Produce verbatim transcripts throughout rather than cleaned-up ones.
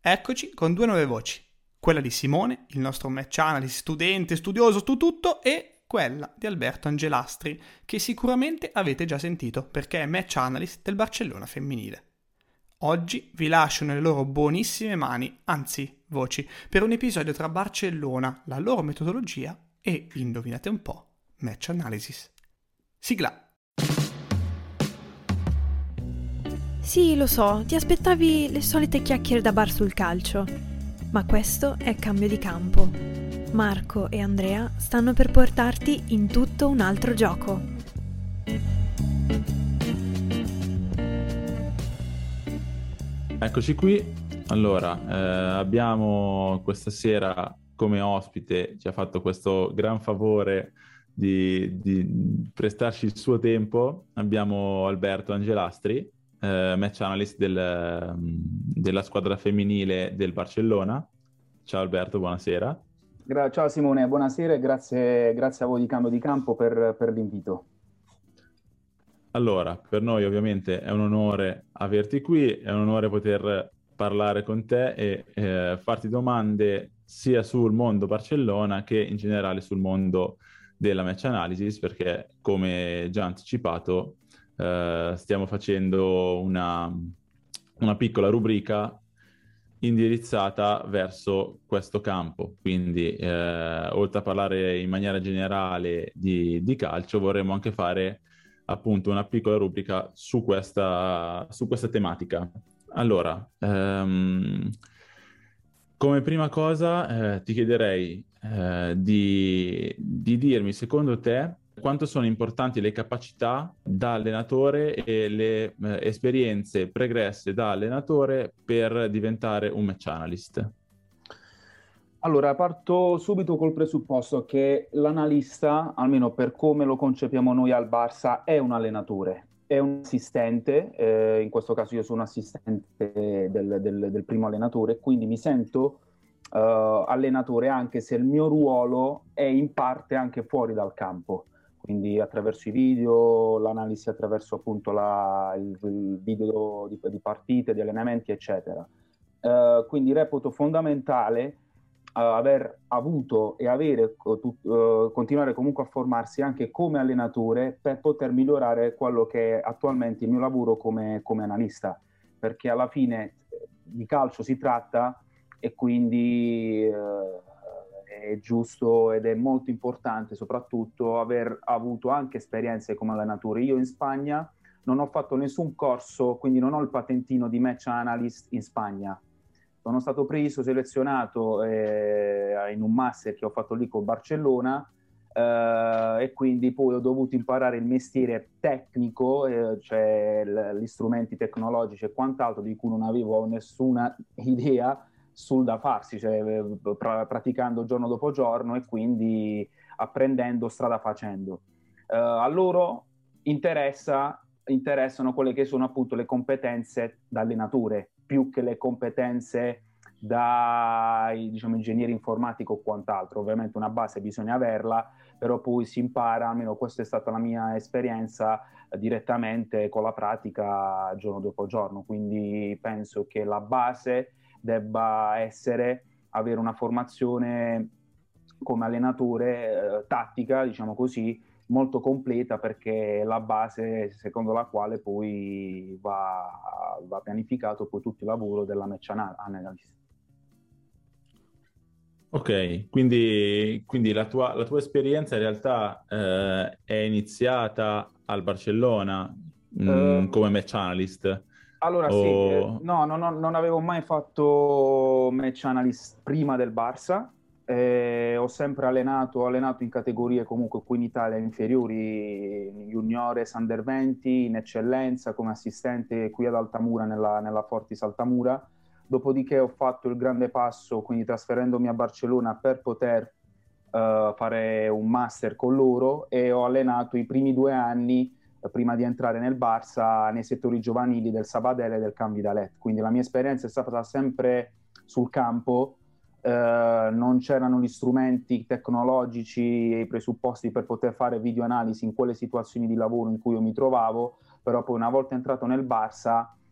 Eccoci con due nuove voci, quella di Simone, il nostro match analyst, studente, studioso, tu tutto, e quella di Alberto Angelastri, che sicuramente avete già sentito perché è match analyst del Barcellona femminile. Oggi vi lascio nelle loro buonissime mani, anzi voci, per un episodio tra Barcellona, la loro metodologia e, indovinate un po', match analysis. Sigla! Sì, lo so, ti aspettavi le solite chiacchiere da bar sul calcio, ma questo è cambio di campo. Marco e Andrea stanno per portarti in tutto un altro gioco. Eccoci qui. Allora, eh, abbiamo questa sera come ospite, ci ha fatto questo gran favore di, di prestarci il suo tempo. Abbiamo Alberto Angelastri, eh, match analyst del, della squadra femminile del Barcellona. Ciao Alberto, buonasera. Gra- Ciao Simone, buonasera e grazie, grazie a voi di Cambio di Campo per, per l'invito. Allora, per noi ovviamente è un onore averti qui, è un onore poter parlare con te e eh, farti domande sia sul mondo Barcellona che in generale sul mondo della match analysis, perché come già anticipato eh, stiamo facendo una, una piccola rubrica indirizzata verso questo campo. Quindi eh, oltre a parlare in maniera generale di, di calcio, vorremmo anche fare appunto una piccola rubrica su questa, su questa tematica. Allora, ehm, come prima cosa eh, ti chiederei eh, di, di dirmi, secondo te, quanto sono importanti le capacità da allenatore e le eh, esperienze pregresse da allenatore per diventare un match analyst? Allora, parto subito col presupposto che l'analista, almeno per come lo concepiamo noi al Barça, è un allenatore, è un assistente, eh, in questo caso io sono assistente del, del, del primo allenatore, quindi mi sento eh, allenatore anche se il mio ruolo è in parte anche fuori dal campo, quindi attraverso i video, l'analisi attraverso appunto la, il, il video di, di partite, di allenamenti, eccetera. Uh, quindi reputo fondamentale uh, aver avuto e avere uh, uh, continuare comunque a formarsi anche come allenatore per poter migliorare quello che è attualmente il mio lavoro come, come analista, perché alla fine di calcio si tratta e quindi uh, è giusto ed è molto importante soprattutto aver avuto anche esperienze come allenatore. Io in Spagna non ho fatto nessun corso, quindi non ho il patentino di match analyst in Spagna. Sono stato preso, selezionato eh, in un master che ho fatto lì con Barcellona eh, e quindi poi ho dovuto imparare il mestiere tecnico, eh, cioè l- gli strumenti tecnologici e quant'altro di cui non avevo nessuna idea sul da farsi, cioè pra- praticando giorno dopo giorno e quindi apprendendo strada facendo. Eh, a loro interessa, interessano quelle che sono appunto le competenze da allenatore, più che le competenze da diciamo, ingegnere informatico o quant'altro. Ovviamente una base bisogna averla, però poi si impara, almeno questa è stata la mia esperienza, eh, direttamente con la pratica giorno dopo giorno, quindi penso che la base debba essere avere una formazione come allenatore eh, tattica, diciamo così, molto completa, perché è la base secondo la quale poi va, va pianificato poi tutto il lavoro della match analyst. Ok, quindi, quindi la tua, la tua esperienza in realtà eh, è iniziata al Barcellona mh, Uh, come match analyst? allora sì, eh, O... no, no, no, non avevo mai fatto match analyst prima del Barça. Eh, ho sempre allenato, ho allenato in categorie comunque qui in Italia inferiori, juniores, under venti, in eccellenza come assistente qui ad Altamura, nella, nella Fortis Altamura. Dopodiché ho fatto il grande passo, quindi trasferendomi a Barcellona per poter uh, fare un master con loro, e ho allenato i primi due anni uh, prima di entrare nel Barça nei settori giovanili del Sabadell e del Can Vidalet. Quindi la mia esperienza è stata sempre sul campo. Uh, non c'erano gli strumenti tecnologici e i presupposti per poter fare videoanalisi in quelle situazioni di lavoro in cui io mi trovavo, però poi una volta entrato nel Barça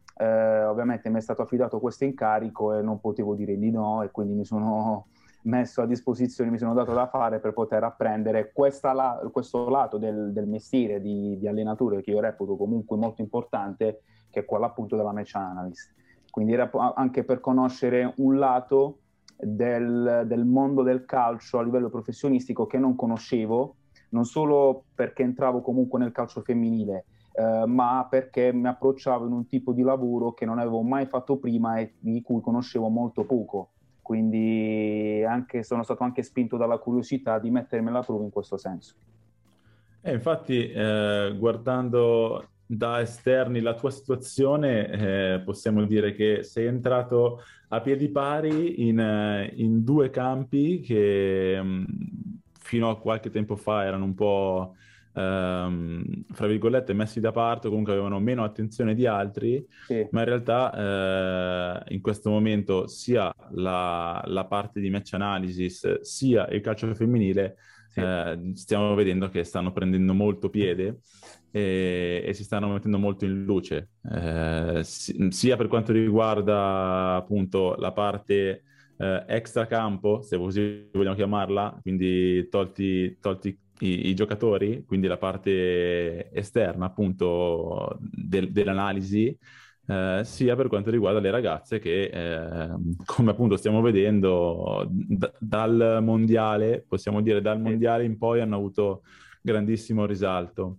eh, ovviamente mi è stato affidato questo incarico e non potevo dire di no, e quindi mi sono messo a disposizione, mi sono dato da fare per poter apprendere questa la, questo lato del, del mestiere di, di allenatore, che io reputo comunque molto importante, che è quello appunto della match analyst. Quindi era anche per conoscere un lato del, del mondo del calcio a livello professionistico che non conoscevo, non solo perché entravo comunque nel calcio femminile, eh, ma perché mi approcciavo in un tipo di lavoro che non avevo mai fatto prima e di cui conoscevo molto poco. Quindi anche, sono stato anche spinto dalla curiosità di mettermi alla prova in questo senso. E infatti, eh, guardando da esterni la tua situazione, eh, possiamo dire che sei entrato a piedi pari in, eh, in due campi che mh, fino a qualche tempo fa erano un po', ehm, fra virgolette, messi da parte, comunque avevano meno attenzione di altri, Sì. ma in realtà eh, in questo momento sia la, la parte di match analysis sia il calcio femminile, Sì. eh, stiamo vedendo che stanno prendendo molto piede e, e si stanno mettendo molto in luce, eh, si, sia per quanto riguarda appunto la parte eh, extracampo, se così vogliamo chiamarla, quindi tolti, tolti i, i giocatori, quindi la parte esterna appunto del, dell'analisi, eh, sia per quanto riguarda le ragazze che, eh, come appunto stiamo vedendo, d- dal mondiale, possiamo dire dal mondiale in poi hanno avuto grandissimo risalto.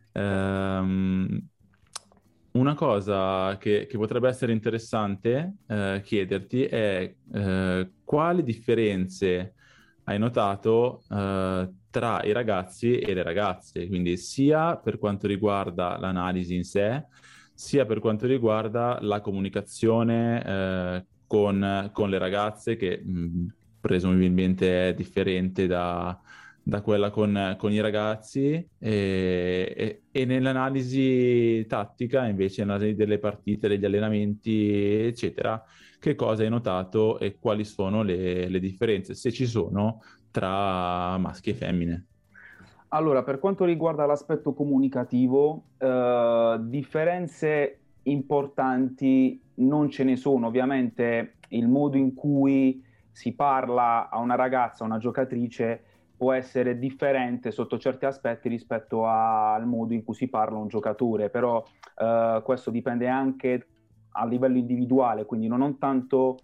Ehm, una cosa che, che potrebbe essere interessante eh, chiederti è eh, quali differenze hai notato eh, tra i ragazzi e le ragazze, quindi sia per quanto riguarda l'analisi in sé, sia per quanto riguarda la comunicazione eh, con, con le ragazze, che mh, presumibilmente è differente da, da quella con, con i ragazzi, e, e, e nell'analisi tattica, invece, nell'analisi delle partite, degli allenamenti, eccetera, che cosa hai notato e quali sono le, le differenze, se ci sono, tra maschi e femmine? Allora, per quanto riguarda l'aspetto comunicativo, eh, differenze importanti non ce ne sono. Ovviamente il modo in cui si parla a una ragazza, a una giocatrice, può essere differente sotto certi aspetti rispetto a- al modo in cui si parla a un giocatore, però eh, questo dipende anche a livello individuale, quindi non, non tanto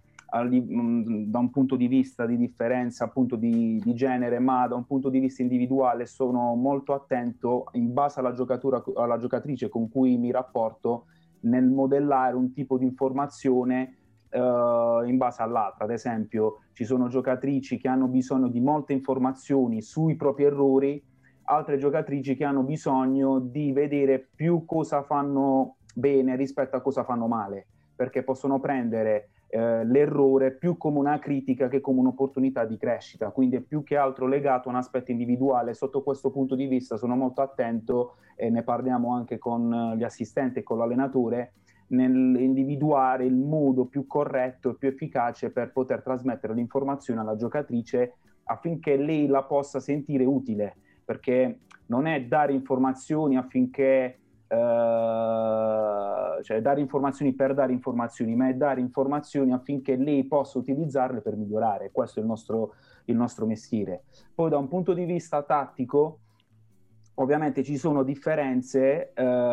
da un punto di vista di differenza appunto di, di genere, ma da un punto di vista individuale sono molto attento in base alla giocatura, alla giocatrice con cui mi rapporto, nel modellare un tipo di informazione eh, in base all'altra. Ad esempio, ci sono giocatrici che hanno bisogno di molte informazioni sui propri errori, altre giocatrici che hanno bisogno di vedere più cosa fanno bene rispetto a cosa fanno male, perché possono prendere Eh, l'errore più come una critica che come un'opportunità di crescita, quindi è più che altro legato a un aspetto individuale. Sotto questo punto di vista sono molto attento, e ne parliamo anche con gli assistenti e con l'allenatore, nell'individuare il modo più corretto e più efficace per poter trasmettere l'informazione alla giocatrice affinché lei la possa sentire utile, perché non è dare informazioni affinché Uh, cioè dare informazioni per dare informazioni, ma è dare informazioni affinché lei possa utilizzarle per migliorare. Questo è il nostro, il nostro mestiere. Poi da un punto di vista tattico, ovviamente ci sono differenze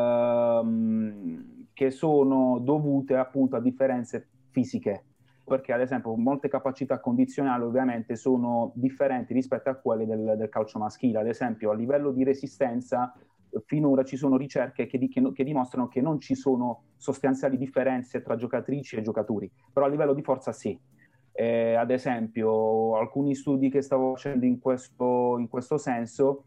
uh, che sono dovute appunto a differenze fisiche, perché ad esempio molte capacità condizionali ovviamente sono differenti rispetto a quelle del, del calcio maschile. Ad esempio a livello di resistenza finora ci sono ricerche che, di, che, che dimostrano che non ci sono sostanziali differenze tra giocatrici e giocatori, però a livello di forza sì. Eh, ad esempio alcuni studi che stavo facendo in questo, in questo senso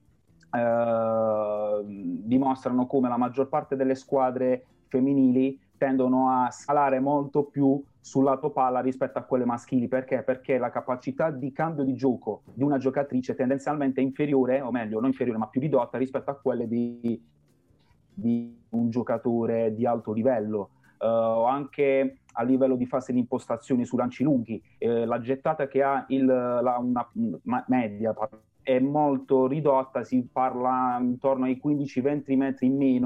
eh, dimostrano come la maggior parte delle squadre femminili tendono a scalare molto più sul lato palla rispetto a quelle maschili. Perché? Perché la capacità di cambio di gioco di una giocatrice tendenzialmente è inferiore, o meglio, non inferiore, ma più ridotta rispetto a quelle di, di un giocatore di alto livello. Uh, anche a livello di fase di impostazione su lanci lunghi, eh, la gettata che ha il, la, una, una media è molto ridotta, si parla intorno ai quindici venti metri in meno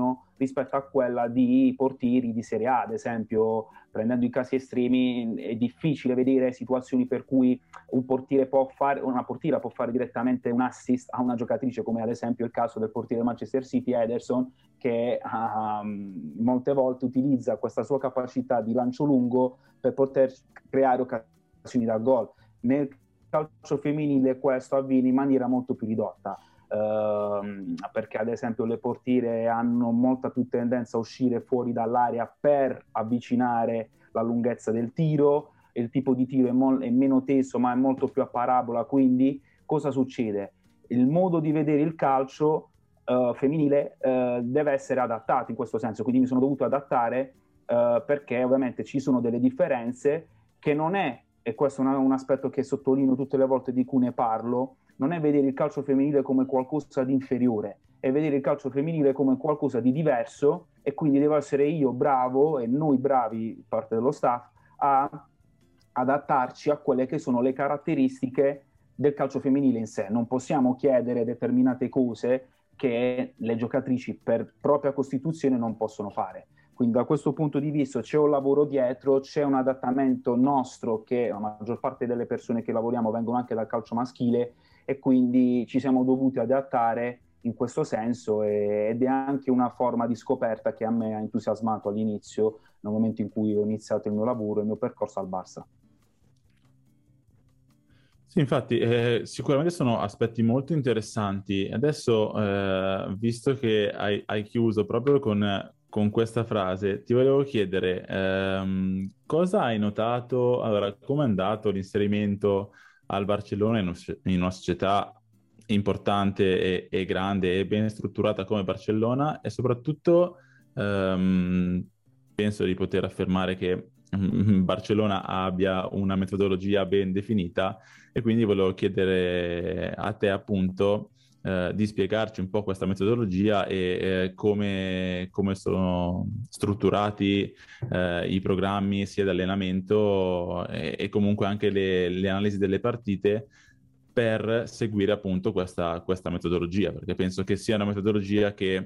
rispetto a quella di portieri di Serie A. Ad esempio, prendendo i casi estremi, è difficile vedere situazioni per cui un portiere può fare, una portiera può fare direttamente un assist a una giocatrice, come ad esempio il caso del portiere Manchester City Ederson, che um, molte volte utilizza questa sua capacità di lancio lungo per poter creare occasioni da gol. Nel calcio femminile questo avviene in maniera molto più ridotta, Uh, perché ad esempio le portiere hanno molta più tendenza a uscire fuori dall'area per avvicinare la lunghezza del tiro, il tipo di tiro è, mo- è meno teso ma è molto più a parabola, quindi cosa succede? Il modo di vedere il calcio uh, femminile uh, deve essere adattato in questo senso, quindi mi sono dovuto adattare uh, perché ovviamente ci sono delle differenze che non è, e questo è un, un aspetto che sottolineo tutte le volte di cui ne parlo, non è vedere il calcio femminile come qualcosa di inferiore, è vedere il calcio femminile come qualcosa di diverso, e quindi devo essere io bravo e noi bravi, parte dello staff, a adattarci a quelle che sono le caratteristiche del calcio femminile in sé. Non possiamo chiedere determinate cose che le giocatrici per propria costituzione non possono fare. Quindi da questo punto di vista c'è un lavoro dietro, c'è un adattamento nostro, che la maggior parte delle persone che lavoriamo vengono anche dal calcio maschile, e quindi ci siamo dovuti adattare in questo senso, e, ed è anche una forma di scoperta che a me ha entusiasmato all'inizio, nel momento in cui ho iniziato il mio lavoro, il mio percorso al Barça. Sì, infatti, eh, sicuramente sono aspetti molto interessanti. Adesso, eh, visto che hai, hai chiuso proprio con, con questa frase, ti volevo chiedere, ehm, cosa hai notato, allora, come è andato l'inserimento al Barcellona in, un- in una società importante e, e grande e ben strutturata come Barcellona, e soprattutto, ehm, penso di poter affermare che mm, Barcellona abbia una metodologia ben definita, e quindi volevo chiedere a te appunto eh, di spiegarci un po' questa metodologia e eh, come, come sono strutturati eh, i programmi sia di allenamento e, e comunque anche le, le analisi delle partite per seguire appunto questa, questa metodologia, perché penso che sia una metodologia che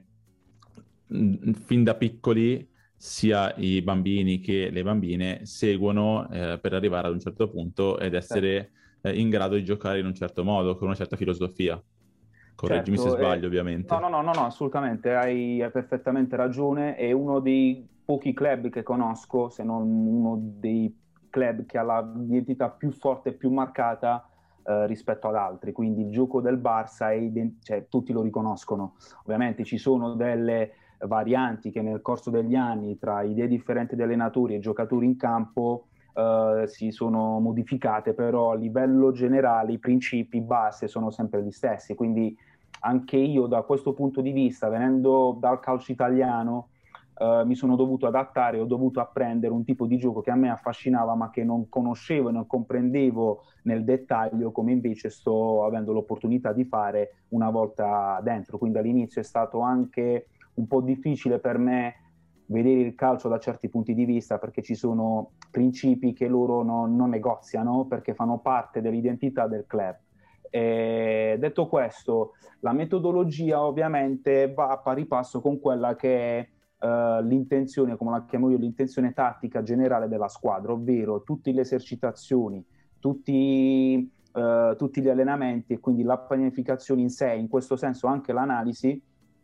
mh, fin da piccoli sia i bambini che le bambine seguono eh, per arrivare ad un certo punto ed essere eh, in grado di giocare in un certo modo, con una certa filosofia. Correggimi se Certo, sbaglio, eh, no, ovviamente. no, no, no, no, assolutamente, hai, hai perfettamente ragione. È uno dei pochi club che conosco, se non uno dei club che ha l'identità più forte e più marcata eh, rispetto ad altri. Quindi il gioco del Barça è ident- cioè, tutti lo riconoscono. Ovviamente ci sono delle varianti che nel corso degli anni, tra idee differenti di allenatori e giocatori in campo, Uh, si sono modificate, però a livello generale i principi base sono sempre gli stessi. Quindi anche io da questo punto di vista, venendo dal calcio italiano, uh, mi sono dovuto adattare, ho dovuto apprendere un tipo di gioco che a me affascinava ma che non conoscevo e non comprendevo nel dettaglio, come invece sto avendo l'opportunità di fare una volta dentro. Quindi all'inizio è stato anche un po' difficile per me vedere il calcio da certi punti di vista, perché ci sono principi che loro non, non negoziano, perché fanno parte dell'identità del club. E detto questo, la metodologia ovviamente va a pari passo con quella che è uh, l'intenzione, come la chiamo io, l'intenzione tattica generale della squadra, ovvero tutte le esercitazioni, tutti, uh, tutti gli allenamenti e quindi la pianificazione in sé, in questo senso anche l'analisi,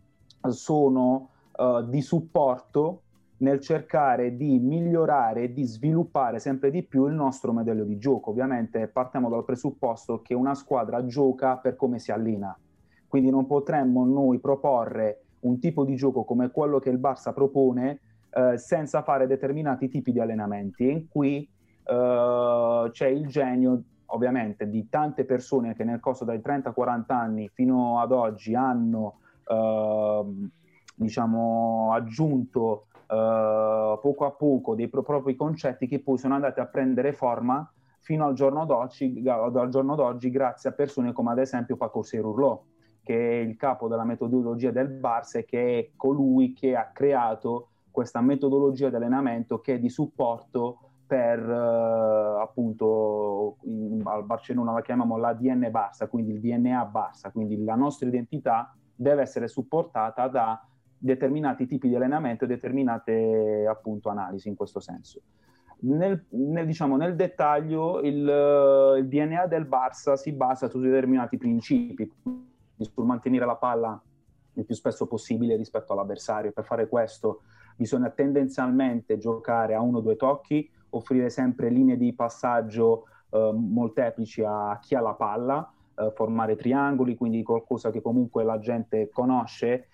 sono Uh, di supporto nel cercare di migliorare e di sviluppare sempre di più il nostro modello di gioco. Ovviamente partiamo dal presupposto che una squadra gioca per come si allena, quindi non potremmo noi proporre un tipo di gioco come quello che il Barça propone uh, senza fare determinati tipi di allenamenti. E qui uh, c'è il genio ovviamente di tante persone che nel corso dai trenta quaranta anni fino ad oggi hanno uh, diciamo aggiunto uh, poco a poco dei pro- propri concetti che poi sono andati a prendere forma fino al giorno d'oggi, al giorno d'oggi grazie a persone come ad esempio Paco Serurlò, che è il capo della metodologia del Barça e che è colui che ha creato questa metodologia di allenamento che è di supporto per uh, appunto in, al Barcellona la chiamiamo l'A D N Barça, quindi il D N A Barça, quindi la nostra identità deve essere supportata da determinati tipi di allenamento e determinate appunto analisi in questo senso. Nel, nel, diciamo, nel dettaglio il, il D N A del Barça si basa su determinati principi, sul mantenere la palla il più spesso possibile rispetto all'avversario. Per fare questo bisogna tendenzialmente giocare a uno o due tocchi, offrire sempre linee di passaggio eh, molteplici a chi ha la palla, eh, formare triangoli, quindi qualcosa che comunque la gente conosce.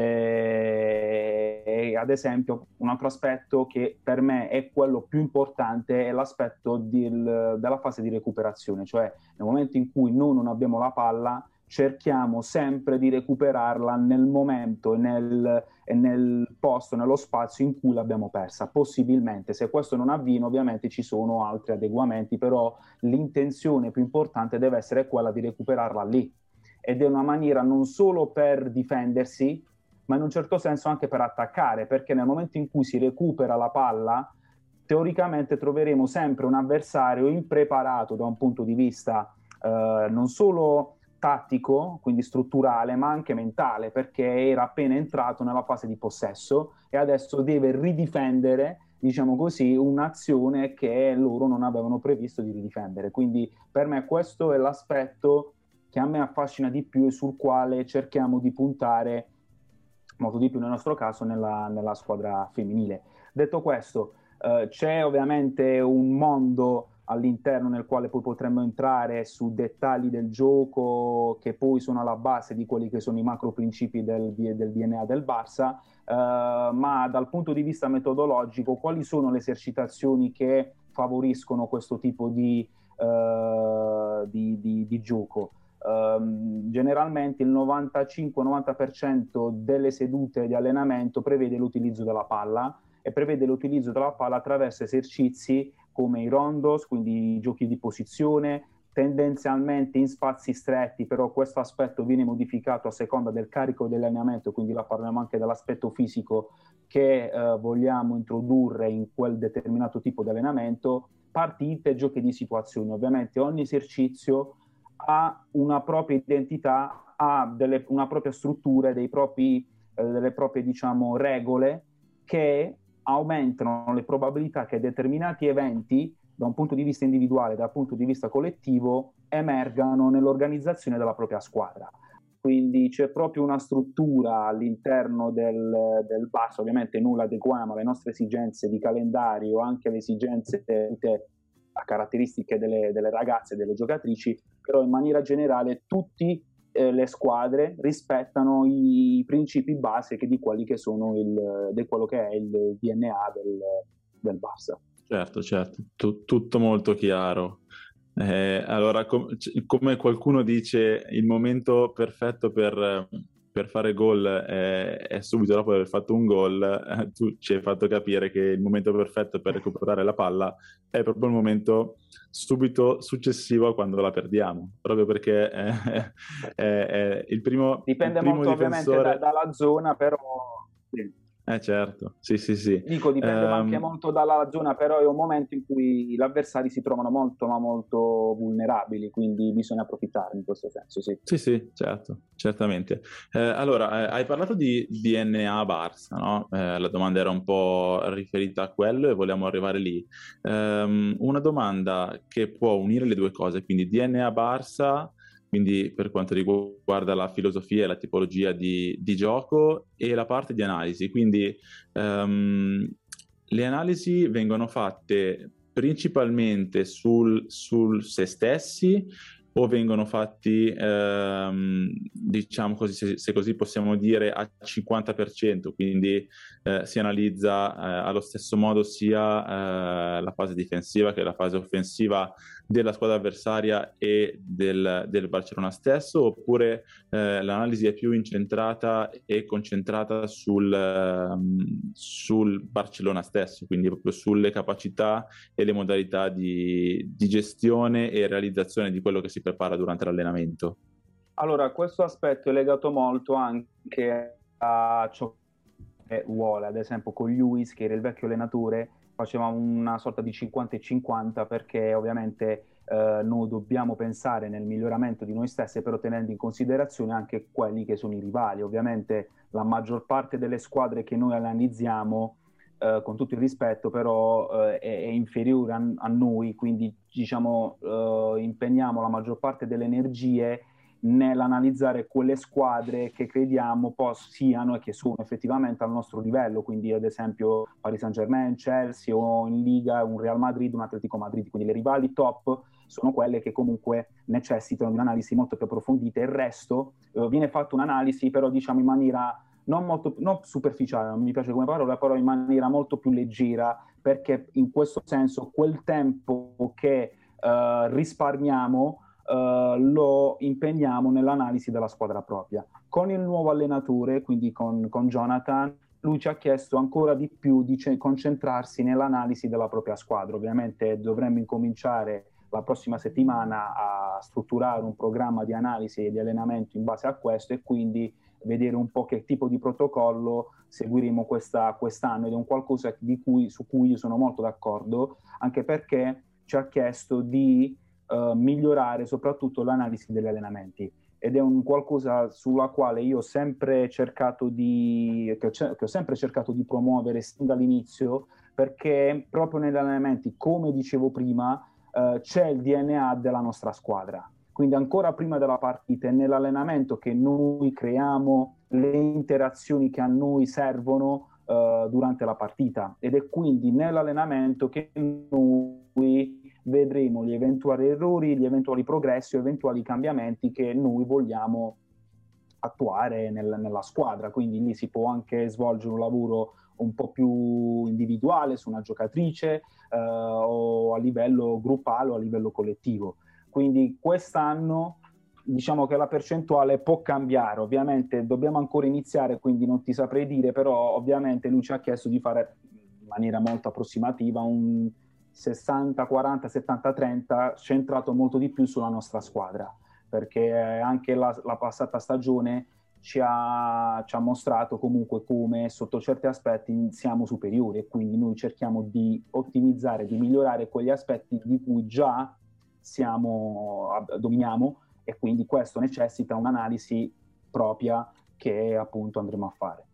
E ad esempio un altro aspetto che per me è quello più importante è l'aspetto del, della fase di recuperazione, cioè nel momento in cui noi non abbiamo la palla cerchiamo sempre di recuperarla nel momento e nel, e nel posto, nello spazio in cui l'abbiamo persa. Possibilmente, se questo non avviene, ovviamente ci sono altri adeguamenti, però l'intenzione più importante deve essere quella di recuperarla lì, ed è una maniera non solo per difendersi, ma in un certo senso anche per attaccare, perché nel momento in cui si recupera la palla, teoricamente troveremo sempre un avversario impreparato da un punto di vista eh, non solo tattico, quindi strutturale, ma anche mentale, perché era appena entrato nella fase di possesso e adesso deve ridifendere, diciamo così, un'azione che loro non avevano previsto di ridifendere. Quindi per me questo è l'aspetto che a me affascina di più e sul quale cerchiamo di puntare molto di più nel nostro caso nella, nella squadra femminile. Detto questo, eh, c'è ovviamente un mondo all'interno nel quale poi potremmo entrare su dettagli del gioco che poi sono alla base di quelli che sono i macro principi del, del D N A del Barça, eh, ma dal punto di vista metodologico quali sono le esercitazioni che favoriscono questo tipo di, eh, di, di, di gioco? Um, generalmente il novantacinque novanta per cento delle sedute di allenamento prevede l'utilizzo della palla e prevede l'utilizzo della palla attraverso esercizi come i rondos, quindi i giochi di posizione, tendenzialmente in spazi stretti, però questo aspetto viene modificato a seconda del carico dell'allenamento, quindi la parliamo anche dell'aspetto fisico che eh, vogliamo introdurre in quel determinato tipo di allenamento, partite, giochi di situazioni. Ovviamente ogni esercizio ha una propria identità, ha delle, una propria struttura, dei propri, eh, delle proprie diciamo regole che aumentano le probabilità che determinati eventi da un punto di vista individuale, dal punto di vista collettivo, emergano nell'organizzazione della propria squadra. Quindi c'è proprio una struttura all'interno del, del Barça, ovviamente noi l'adeguiamo alle nostre esigenze di calendario, anche alle esigenze a caratteristiche delle, delle ragazze e delle giocatrici, però in maniera generale tutte eh, le squadre rispettano i, i principi base che di quelli che sono il, di quello che è il D N A del, del Barça. Certo, certo, tu, tutto molto chiaro. Eh, allora, com- come qualcuno dice, il momento perfetto per, per fare gol è, è subito dopo aver fatto un gol. Eh, tu ci hai fatto capire che il momento perfetto per recuperare la palla è proprio il momento subito successivo a quando la perdiamo, proprio perché è, è, è il primo dipende il primo molto difensore... ovviamente da, dalla zona, però sì. Eh certo, sì sì sì. Dico, dipende um... anche molto dalla zona, però è un momento in cui gli avversari si trovano molto ma molto vulnerabili, quindi bisogna approfittarne in questo senso, sì. Sì sì, certo, certamente. Eh, allora, eh, hai parlato di D N A Barça, no? Eh, la domanda era un po' riferita a quello e vogliamo arrivare lì. Um, una domanda che può unire le due cose, quindi D N A Barça, quindi per quanto riguarda la filosofia e la tipologia di, di gioco, e la parte di analisi. Quindi um, le analisi vengono fatte principalmente sul, sul se stessi o vengono fatti, ehm, diciamo così, se, se così possiamo dire, al cinquanta per cento, quindi eh, si analizza eh, allo stesso modo sia eh, la fase difensiva che la fase offensiva della squadra avversaria e del, del Barcellona stesso, oppure eh, l'analisi è più incentrata e concentrata sul, um, sul Barcellona stesso, quindi proprio sulle capacità e le modalità di, di gestione e realizzazione di quello che si prepara durante l'allenamento? Allora, questo aspetto è legato molto anche a ciò che vuole, ad esempio con Lewis, che era il vecchio allenatore, facevamo una sorta di cinquanta e cinquanta, perché ovviamente eh, noi dobbiamo pensare nel miglioramento di noi stessi, però tenendo in considerazione anche quelli che sono i rivali. Ovviamente la maggior parte delle squadre che noi analizziamo, eh, con tutto il rispetto, però eh, è, è inferiore a, a noi, quindi diciamo eh, impegniamo la maggior parte delle energie nell'analizzare quelle squadre che crediamo pos- siano e che sono effettivamente al nostro livello, quindi ad esempio Paris Saint-Germain, Chelsea, o in Liga un Real Madrid, un Atletico Madrid, quindi le rivali top sono quelle che comunque necessitano di un'analisi molto più approfondita. Il resto eh, viene fatta un'analisi però diciamo in maniera non molto non superficiale, non mi piace come parola, però in maniera molto più leggera, perché in questo senso quel tempo che eh, risparmiamo Uh, lo impegniamo nell'analisi della squadra propria. Con il nuovo allenatore, quindi con, con Jonathan, lui ci ha chiesto ancora di più di ce- concentrarsi nell'analisi della propria squadra. Ovviamente dovremmo incominciare la prossima settimana a strutturare un programma di analisi e di allenamento in base a questo, e quindi vedere un po' che tipo di protocollo seguiremo questa, quest'anno, ed è un qualcosa di cui, su cui io sono molto d'accordo, anche perché ci ha chiesto di Uh, migliorare soprattutto l'analisi degli allenamenti, ed è un qualcosa sulla quale io ho sempre cercato di che ho, che ho sempre cercato di promuovere sin dall'inizio, perché proprio negli allenamenti, come dicevo prima, uh, c'è il D N A della nostra squadra. Quindi ancora prima della partita è nell'allenamento che noi creiamo le interazioni che a noi servono uh, durante la partita, ed è quindi nell'allenamento che noi vedremo gli eventuali errori, gli eventuali progressi o eventuali cambiamenti che noi vogliamo attuare nel, nella squadra. Quindi lì si può anche svolgere un lavoro un po' più individuale su una giocatrice eh, o a livello gruppale o a livello collettivo. Quindi quest'anno diciamo che la percentuale può cambiare, ovviamente dobbiamo ancora iniziare, quindi non ti saprei dire, però ovviamente lui ci ha chiesto di fare in maniera molto approssimativa un sessanta quaranta, settanta trenta, centrato molto di più sulla nostra squadra, perché anche la, la passata stagione ci ha, ci ha mostrato comunque come sotto certi aspetti siamo superiori, e quindi noi cerchiamo di ottimizzare, di migliorare quegli aspetti di cui già siamo, dominiamo, e quindi questo necessita un'analisi propria che appunto andremo a fare.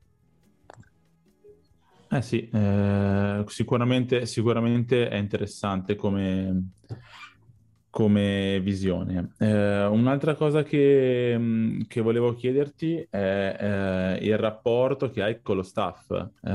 Eh sì, eh, sicuramente, sicuramente è interessante come, come visione. Eh, un'altra cosa che, che volevo chiederti è eh, il rapporto che hai con lo staff.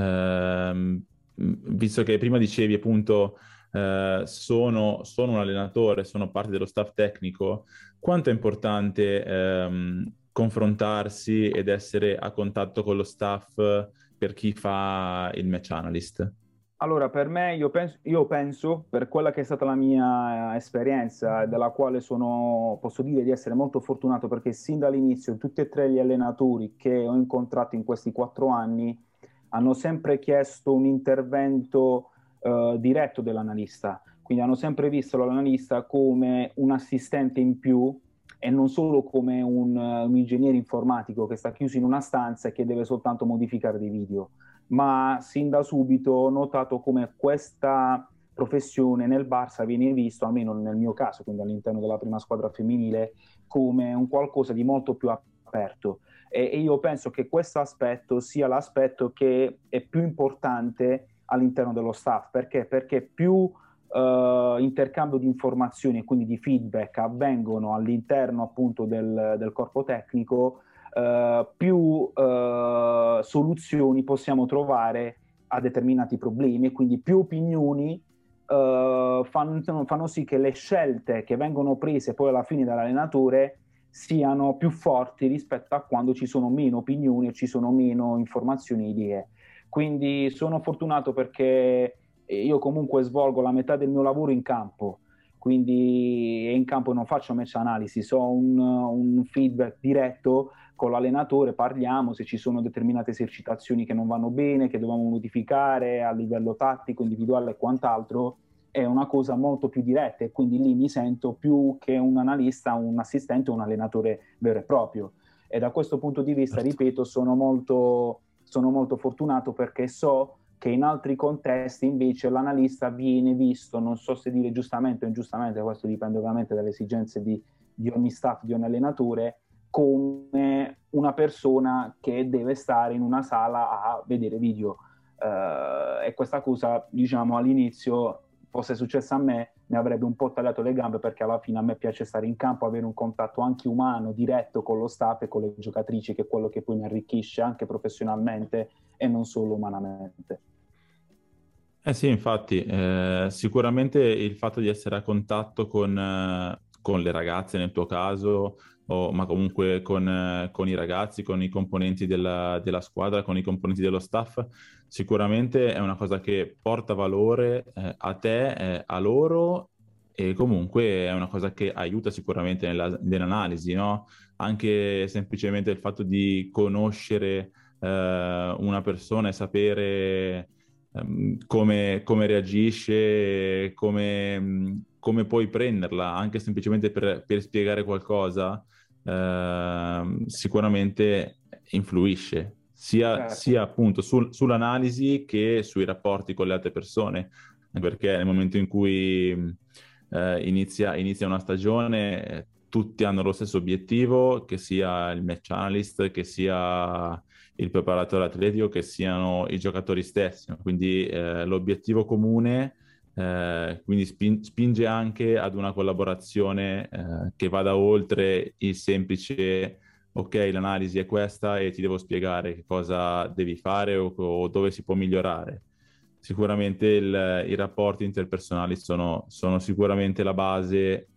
Eh, visto che prima dicevi appunto eh, sono, sono un allenatore, sono parte dello staff tecnico, quanto è importante ehm, confrontarsi ed essere a contatto con lo staff per chi fa il match analyst? Allora, per me, io penso, io penso, per quella che è stata la mia esperienza, della quale sono, posso dire di essere molto fortunato, perché sin dall'inizio tutti e tre gli allenatori che ho incontrato in questi quattro anni hanno sempre chiesto un intervento eh, diretto dell'analista, quindi hanno sempre visto l'analista come un assistente in più e non solo come un, un ingegnere informatico che sta chiuso in una stanza e che deve soltanto modificare dei video. Ma sin da subito ho notato come questa professione nel Barça viene visto, almeno nel mio caso, quindi all'interno della prima squadra femminile, come un qualcosa di molto più aperto. E, e io penso che questo aspetto sia l'aspetto che è più importante all'interno dello staff. Perché? Perché più Uh, intercambio di informazioni e quindi di feedback avvengono all'interno appunto del, del corpo tecnico, uh, più uh, soluzioni possiamo trovare a determinati problemi, e quindi più opinioni uh, fanno, fanno sì che le scelte che vengono prese poi alla fine dall'allenatore siano più forti rispetto a quando ci sono meno opinioni e ci sono meno informazioni e idee. Quindi sono fortunato perché io comunque svolgo la metà del mio lavoro in campo, quindi in campo non faccio match analysis, ho un, un feedback diretto con l'allenatore, parliamo se ci sono determinate esercitazioni che non vanno bene, che dobbiamo modificare a livello tattico, individuale e quant'altro. È una cosa molto più diretta, e quindi lì mi sento più che un analista, un assistente, un allenatore vero e proprio. E da questo punto di vista, ripeto, sono molto, sono molto fortunato, perché so che in altri contesti invece l'analista viene visto, non so se dire giustamente o ingiustamente, questo dipende ovviamente dalle esigenze di, di ogni staff, di ogni allenatore, come una persona che deve stare in una sala a vedere video. Uh, e questa cosa, diciamo, all'inizio, fosse successa a me, mi avrebbe un po' tagliato le gambe, perché alla fine a me piace stare in campo, avere un contatto anche umano, diretto con lo staff e con le giocatrici, che è quello che poi mi arricchisce anche professionalmente e non solo umanamente. Eh sì, infatti, eh, sicuramente il fatto di essere a contatto con, eh, con le ragazze nel tuo caso, o, ma comunque con, eh, con i ragazzi, con i componenti della, della squadra, con i componenti dello staff, sicuramente è una cosa che porta valore eh, a te, eh, a loro, e comunque è una cosa che aiuta sicuramente nella, nell'analisi, no? Anche semplicemente il fatto di conoscere eh, una persona e sapere um, come, come reagisce, come, come puoi prenderla, anche semplicemente per, per spiegare qualcosa, eh, sicuramente influisce. Sia, Certo. sia appunto sul, sull'analisi che sui rapporti con le altre persone, perché nel momento in cui eh, inizia, inizia una stagione, eh, tutti hanno lo stesso obiettivo, che sia il match analyst, che sia il preparatore atletico, che siano i giocatori stessi, quindi eh, l'obiettivo comune eh, quindi spin- spinge anche ad una collaborazione eh, che vada oltre il semplice ok, l'analisi è questa e ti devo spiegare che cosa devi fare o, o dove si può migliorare. Sicuramente il, i rapporti interpersonali sono, sono sicuramente la base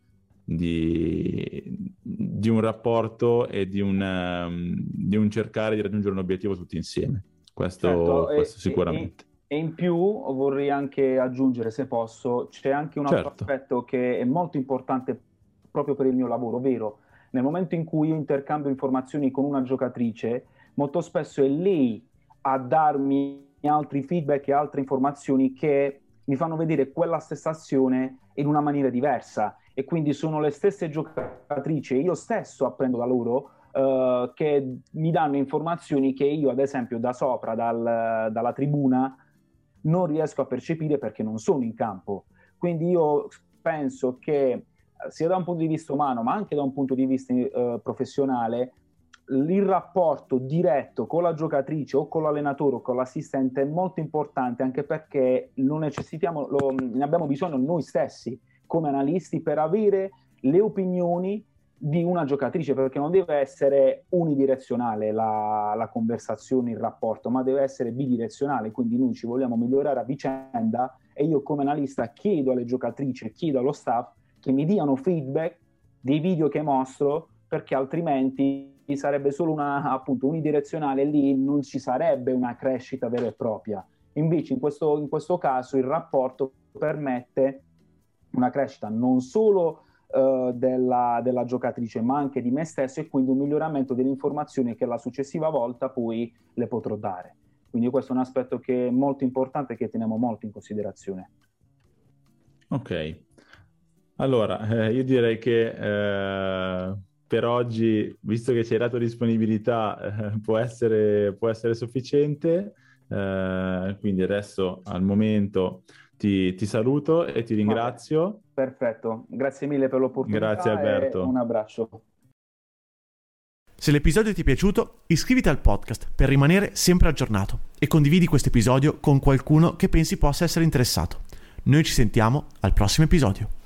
di, di un rapporto e di un, um, di un cercare di raggiungere un obiettivo tutti insieme. Questo, Certo, questo e, sicuramente. E, e in più vorrei anche aggiungere, se posso, c'è anche un altro Certo. aspetto che è molto importante proprio per il mio lavoro, ovvero nel momento in cui io interscambio informazioni con una giocatrice, molto spesso è lei a darmi altri feedback e altre informazioni che mi fanno vedere quella stessa azione in una maniera diversa, e quindi sono le stesse giocatrici, io stesso apprendo da loro, uh, che mi danno informazioni che io ad esempio da sopra, dal, dalla tribuna, non riesco a percepire perché non sono in campo. Quindi io penso che sia da un punto di vista umano ma anche da un punto di vista uh, professionale, il rapporto diretto con la giocatrice o con l'allenatore o con l'assistente è molto importante, anche perché lo necessitiamo, lo, ne abbiamo bisogno noi stessi come analisti per avere le opinioni di una giocatrice, perché non deve essere unidirezionale la, la conversazione, il rapporto, ma deve essere bidirezionale, quindi noi ci vogliamo migliorare a vicenda e io come analista chiedo alle giocatrici, chiedo allo staff che mi diano feedback dei video che mostro, perché altrimenti sarebbe solo una, appunto, unidirezionale, e lì non ci sarebbe una crescita vera e propria. Invece in questo, in questo caso il rapporto permette una crescita non solo uh, della, della giocatrice ma anche di me stesso, e quindi un miglioramento delle informazioni che la successiva volta poi le potrò dare. Quindi questo è un aspetto che è molto importante e che teniamo molto in considerazione. Ok. Allora, eh, io direi che eh, per oggi, visto che ci hai dato disponibilità, eh, può essere, può essere sufficiente. Eh, quindi adesso, al momento, ti, ti saluto e ti ringrazio. Vabbè, perfetto, grazie mille per l'opportunità. Grazie, Alberto. E un abbraccio. Se l'episodio ti è piaciuto, iscriviti al podcast per rimanere sempre aggiornato e condividi questo episodio con qualcuno che pensi possa essere interessato. Noi ci sentiamo al prossimo episodio.